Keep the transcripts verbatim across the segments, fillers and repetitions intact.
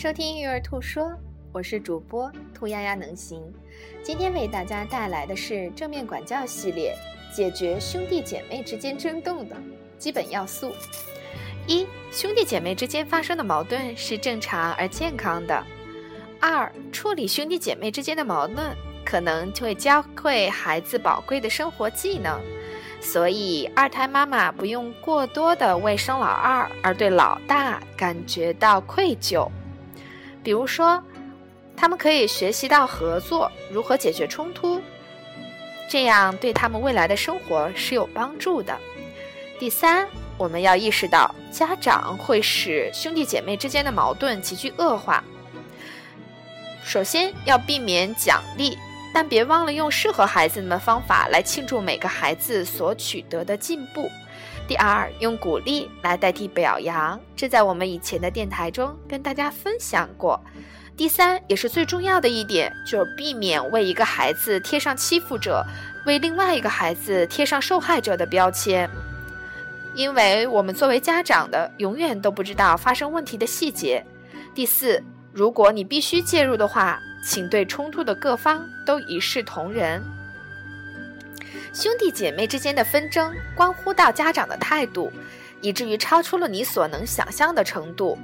收听育儿兔说，我是主播兔丫丫能行。今天为大家带来的是正面管教系列，解决兄弟姐妹之间争斗的基本要素。一、兄弟姐妹之间发生的矛盾是正常而健康的。二、处理兄弟姐妹之间的矛盾，可能就会教会孩子宝贵的生活技能。所以二胎妈妈不用过多的为生老二而对老大感觉到愧疚。比如说，他们可以学习到合作，如何解决冲突，这样对他们未来的生活是有帮助的。第三，我们要意识到家长会使兄弟姐妹之间的矛盾急剧恶化。首先要避免奖励，但别忘了用适合孩子们的方法来庆祝每个孩子所取得的进步。第二，用鼓励来代替表扬，这在我们以前的电台中跟大家分享过。第三，也是最重要的一点，就是避免为一个孩子贴上欺负者，为另外一个孩子贴上受害者的标签。因为我们作为家长的，永远都不知道发生问题的细节。第四，如果你必须介入的话，请对冲突的各方都一视同仁。兄弟姐妹之间的纷争关乎到家长的态度，以至于超出了你所能想象的程度。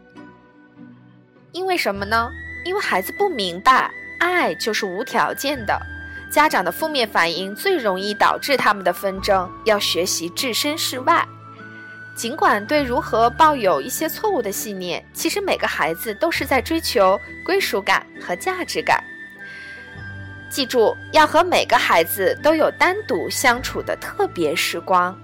因为什么呢？因为孩子不明白，爱就是无条件的。家长的负面反应最容易导致他们的纷争，要学习置身事外。尽管对如何抱有一些错误的信念，其实每个孩子都是在追求归属感和价值感。记住，要和每个孩子都有单独相处的特别时光。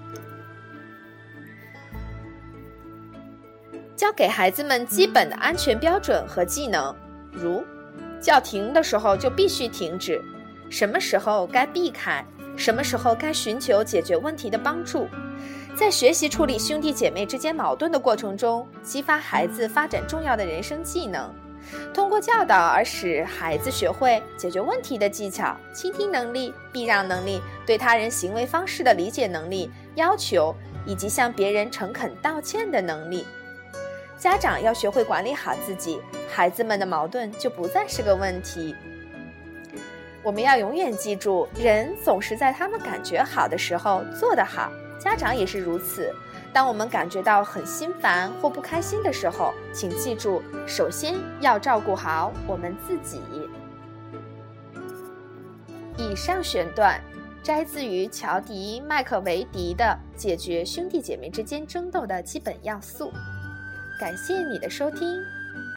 教给孩子们基本的安全标准和技能，如叫停的时候就必须停止，什么时候该避开，什么时候该寻求解决问题的帮助。在学习处理兄弟姐妹之间矛盾的过程中，激发孩子发展重要的人生技能，通过教导而使孩子学会解决问题的技巧、倾听能力、避让能力、对他人行为方式的理解能力、要求以及向别人诚恳道歉的能力。家长要学会管理好自己，孩子们的矛盾就不再是个问题。我们要永远记住，人总是在他们感觉好的时候做得好，家长也是如此。当我们感觉到很心烦或不开心的时候，请记住，首先要照顾好我们自己。以上选段摘自于乔迪·麦克维迪的《解决兄弟姐妹之间争斗的基本要素》。感谢你的收听。